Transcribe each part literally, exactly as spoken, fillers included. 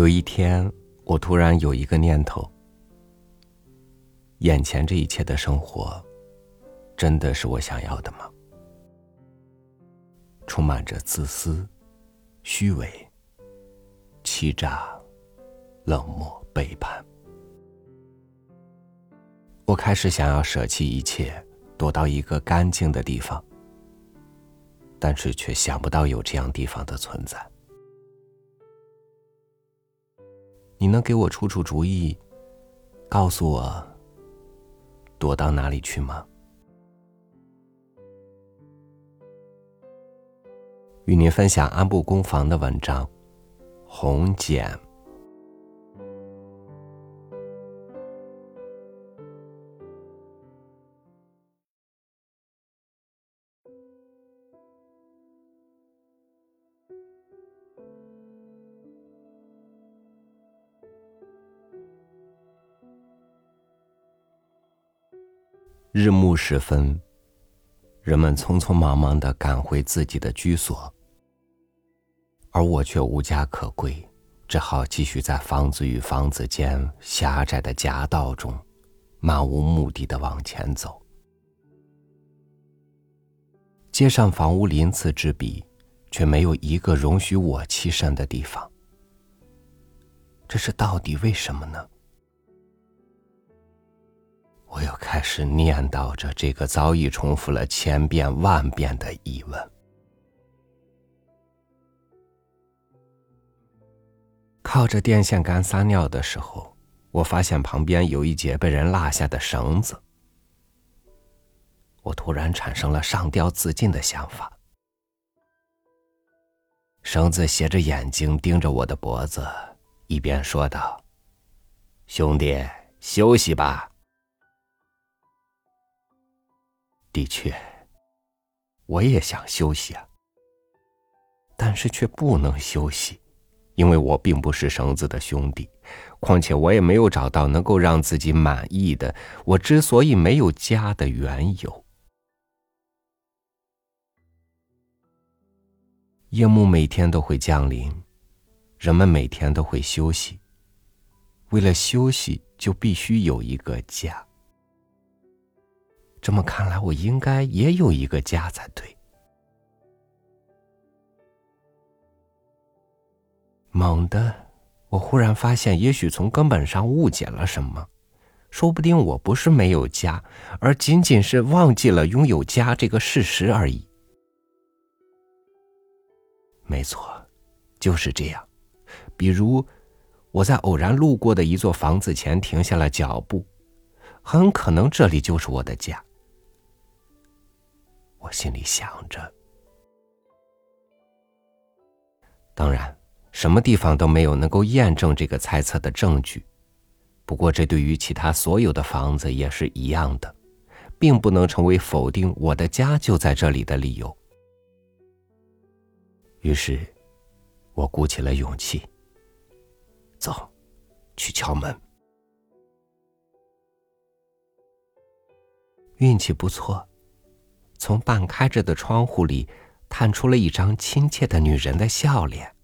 有一天，我突然有一个念头，眼前这一切的生活，真的是我想要的吗？充满着自私、虚伪、欺诈、冷漠、背叛。我开始想要舍弃一切，躲到一个干净的地方，但是却想不到有这样地方的存在。你能给我出出主意，告诉我躲到哪里去吗？与您分享安部公房的文章《红茧》。日暮时分，人们匆匆忙忙地赶回自己的居所，而我却无家可归，只好继续在房子与房子间狭窄的夹道中漫无目的地往前走。街上房屋鳞次栉比，却没有一个容许我栖身的地方。这是到底为什么呢？我又开始念叨着这个早已重复了千遍万遍的疑问。靠着电线杆撒尿的时候，我发现旁边有一节被人落下的绳子。我突然产生了上吊自尽的想法。绳子斜着眼睛盯着我的脖子，一边说道：“兄弟，休息吧。”的确，我也想休息啊，但是却不能休息，因为我并不是绳子的兄弟，况且我也没有找到能够让自己满意的我之所以没有家的缘由。夜幕每天都会降临，人们每天都会休息，为了休息就必须有一个家。这么看来，我应该也有一个家才对。猛地，我忽然发现，也许从根本上误解了什么，说不定我不是没有家，而仅仅是忘记了拥有家这个事实而已。没错，就是这样。比如，我在偶然路过的一座房子前停下了脚步，很可能这里就是我的家。我心里想着，当然，什么地方都没有能够验证这个猜测的证据。不过，这对于其他所有的房子也是一样的，并不能成为否定我的家就在这里的理由。于是，我鼓起了勇气，走，去敲门。运气不错。从半开着的窗户里探出了一张亲切的女人的笑脸。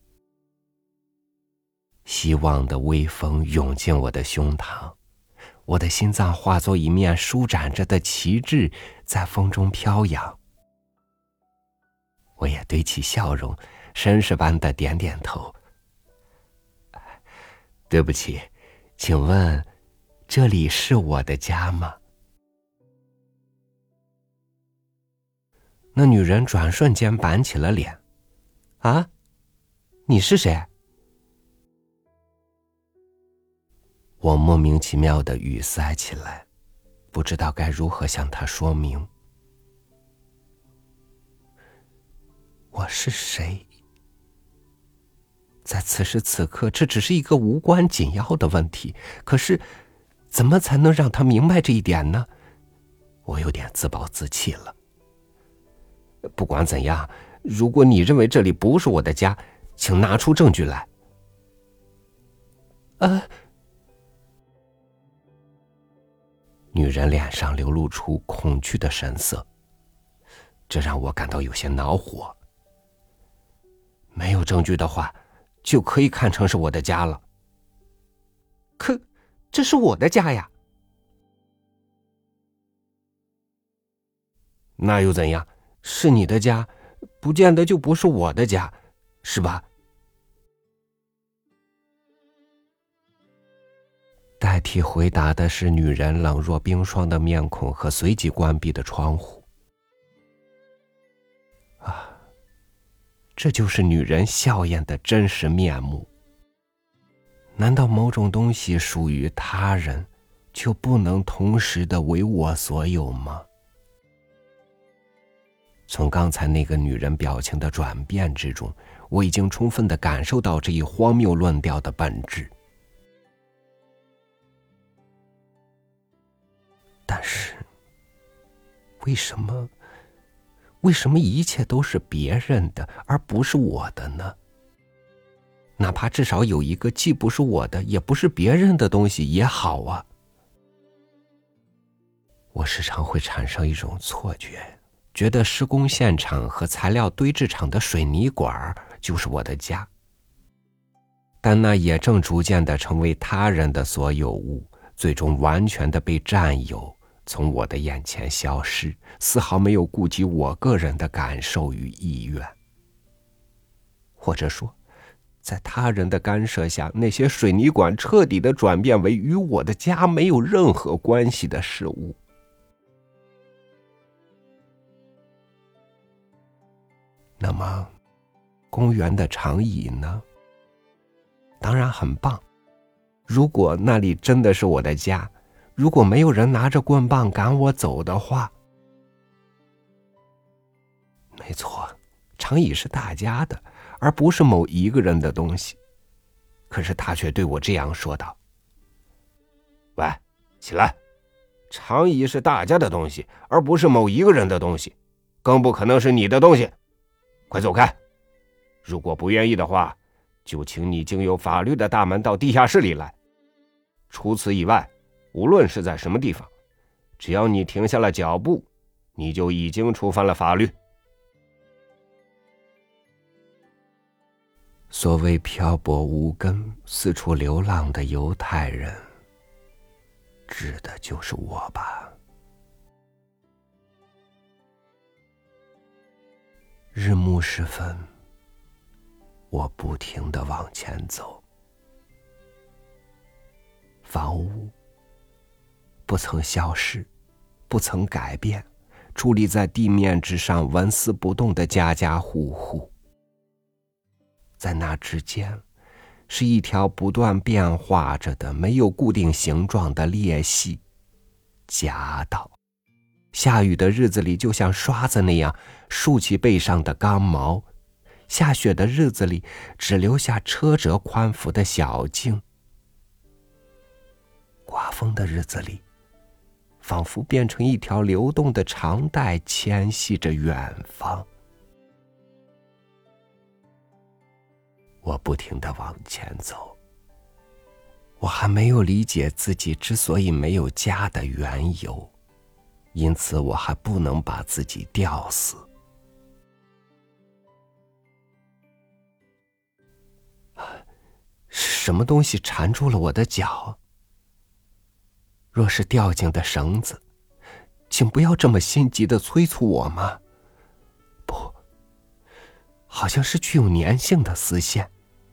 希望的微风涌进我的胸膛，我的心脏化作一面舒展着的旗帜，在风中飘扬。我也堆起笑容，绅士般的点点头。对不起，请问这里是我的家吗？那女人转瞬间板起了脸。啊，你是谁？我莫名其妙地语塞起来，不知道该如何向她说明。我是谁？在此时此刻，这只是一个无关紧要的问题，可是怎么才能让她明白这一点呢？我有点自暴自弃了。不管怎样，如果你认为这里不是我的家，请拿出证据来。呃，女人脸上流露出恐惧的神色，这让我感到有些恼火。没有证据的话，就可以看成是我的家了。 可这是我的家呀。那又怎样？是你的家，不见得就不是我的家，是吧？代替回答的是女人冷若冰霜的面孔和随即关闭的窗户。啊，这就是女人笑颜的真实面目。难道某种东西属于他人，就不能同时的为我所有吗？从刚才那个女人表情的转变之中，我已经充分的感受到这一荒谬论调的本质。但是，为什么，为什么一切都是别人的，而不是我的呢？哪怕至少有一个既不是我的，也不是别人的东西也好啊。我时常会产生一种错觉，觉得施工现场和材料堆制厂的水泥管就是我的家，但那也正逐渐地成为他人的所有物，最终完全地被占有，从我的眼前消失，丝毫没有顾及我个人的感受与意愿。或者说，在他人的干涉下，那些水泥管彻底地转变为与我的家没有任何关系的事物。那么，公园的长椅呢？当然很棒。如果那里真的是我的家，如果没有人拿着棍棒赶我走的话，没错，长椅是大家的，而不是某一个人的东西。可是他却对我这样说道：喂，起来，长椅是大家的东西，而不是某一个人的东西，更不可能是你的东西。快走开！如果不愿意的话，就请你经由法律的大门到地下室里来。除此以外，无论是在什么地方，只要你停下了脚步，你就已经触犯了法律。所谓漂泊无根、四处流浪的犹太人，指的就是我吧。日暮时分，我不停地往前走。房屋不曾消失，不曾改变，矗立在地面之上纹丝不动的家家户户。在那之间，是一条不断变化着的没有固定形状的裂隙，夹道。下雨的日子里就像刷子那样竖起背上的钢毛，下雪的日子里只留下车辙宽幅的小径。刮风的日子里，仿佛变成一条流动的长带，牵系着远方。我不停地往前走，我还没有理解自己之所以没有家的缘由，因此我还不能把自己吊死。是什么东西缠住了我的脚？若是吊颈的绳子，请不要这么心急地催促我吗？不，好像是具有粘性的丝线。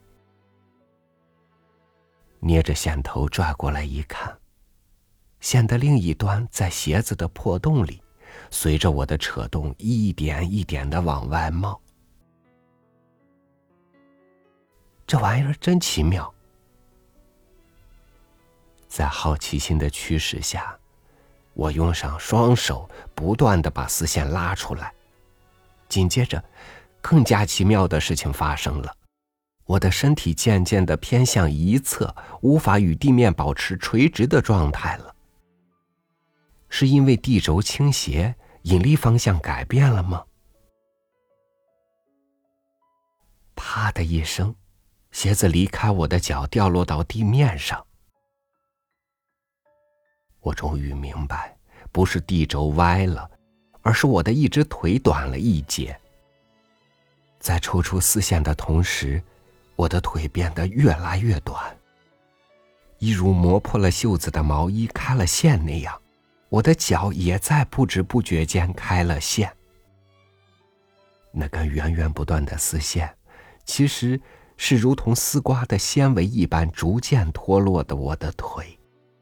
捏着线头拽过来一看，线的另一端在鞋子的破洞里，随着我的扯动一点一点地往外冒。这玩意儿真奇妙。在好奇心的驱使下，我用上双手不断地把丝线拉出来。紧接着，更加奇妙的事情发生了。我的身体渐渐地偏向一侧，无法与地面保持垂直的状态了。是因为地轴倾斜，引力方向改变了吗？啪的一声，鞋子离开我的脚，掉落到地面上。我终于明白，不是地轴歪了，而是我的一只腿短了一截。在抽出丝线的同时，我的腿变得越来越短。 一如磨破了袖子的毛衣开了线那样，我的脚也在不知不觉间开了线。那根源源不断的丝线，其实是如同丝瓜的纤维一般逐渐脱落的我的腿。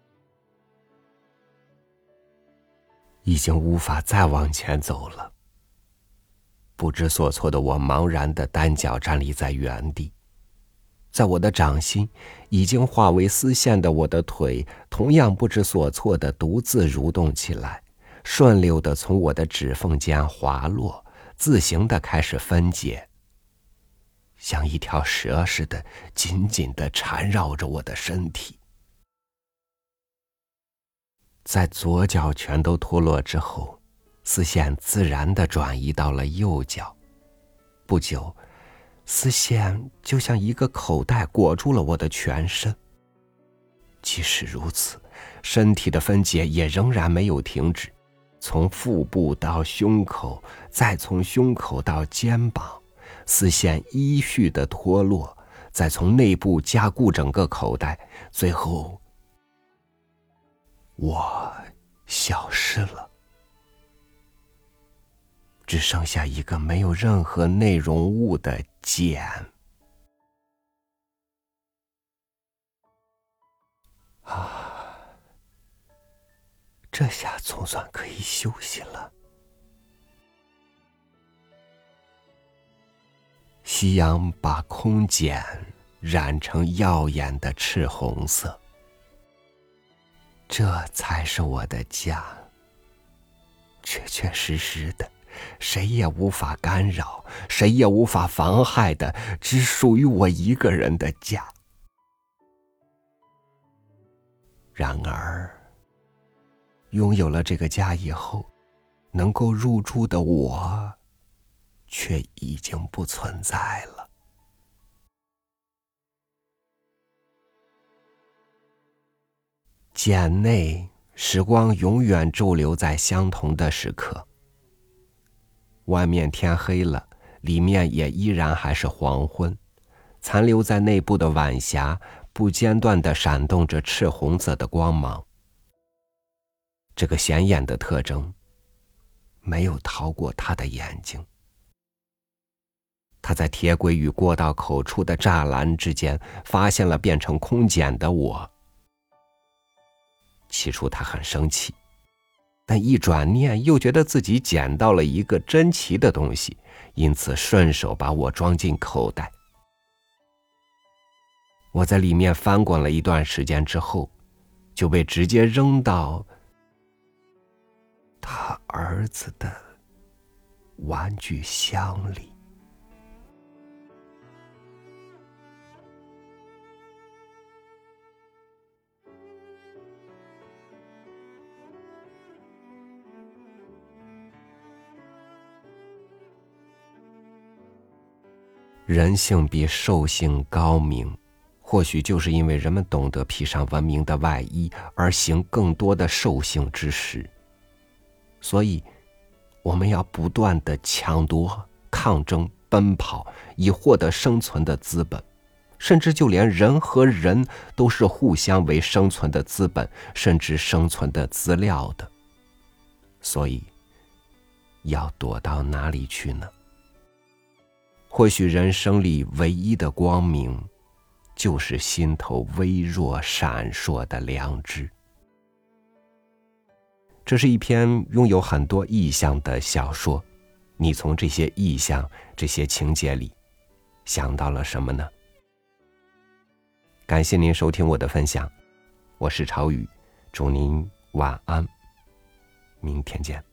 已经无法再往前走了，不知所措的我茫然地单脚站立在原地。在我的掌心，已经化为丝线的我的腿同样不知所措地独自蠕动起来，顺溜地从我的指缝间滑落，自行地开始分解，像一条蛇似的紧紧地缠绕着我的身体。在左脚全都脱落之后，丝线自然地转移到了右脚。不久，丝线就像一个口袋裹住了我的全身。即使如此，身体的分解也仍然没有停止，从腹部到胸口，再从胸口到肩膀，丝线依序的脱落，再从内部加固整个口袋，最后我消失了，只剩下一个没有任何内容物的茧。啊，这下总算可以休息了。夕阳把空茧染成耀眼的赤红色，这才是我的家，确确实实的，谁也无法干扰，谁也无法妨害的，只属于我一个人的家。然而，拥有了这个家以后，能够入住的我，却已经不存在了。茧内，时光永远驻留在相同的时刻。外面天黑了，里面也依然还是黄昏，残留在内部的晚霞不间断地闪动着赤红色的光芒。这个显眼的特征没有逃过他的眼睛。他在铁轨与过道口处的栅栏之间发现了变成空茧的我。起初他很生气，但一转念又觉得自己捡到了一个珍奇的东西，因此顺手把我装进口袋。我在里面翻滚了一段时间之后，就被直接扔到他儿子的玩具箱里。人性比兽性高明，或许就是因为人们懂得披上文明的外衣，而行更多的兽性之实。所以，我们要不断地抢夺、抗争、奔跑，以获得生存的资本。甚至就连人和人都是互相为生存的资本，甚至生存的资料的。所以，要躲到哪里去呢？或许人生里唯一的光明，就是心头微弱闪烁的良知。这是一篇拥有很多意象的小说，你从这些意象、这些情节里想到了什么呢？感谢您收听我的分享，我是朝雨，祝您晚安，明天见。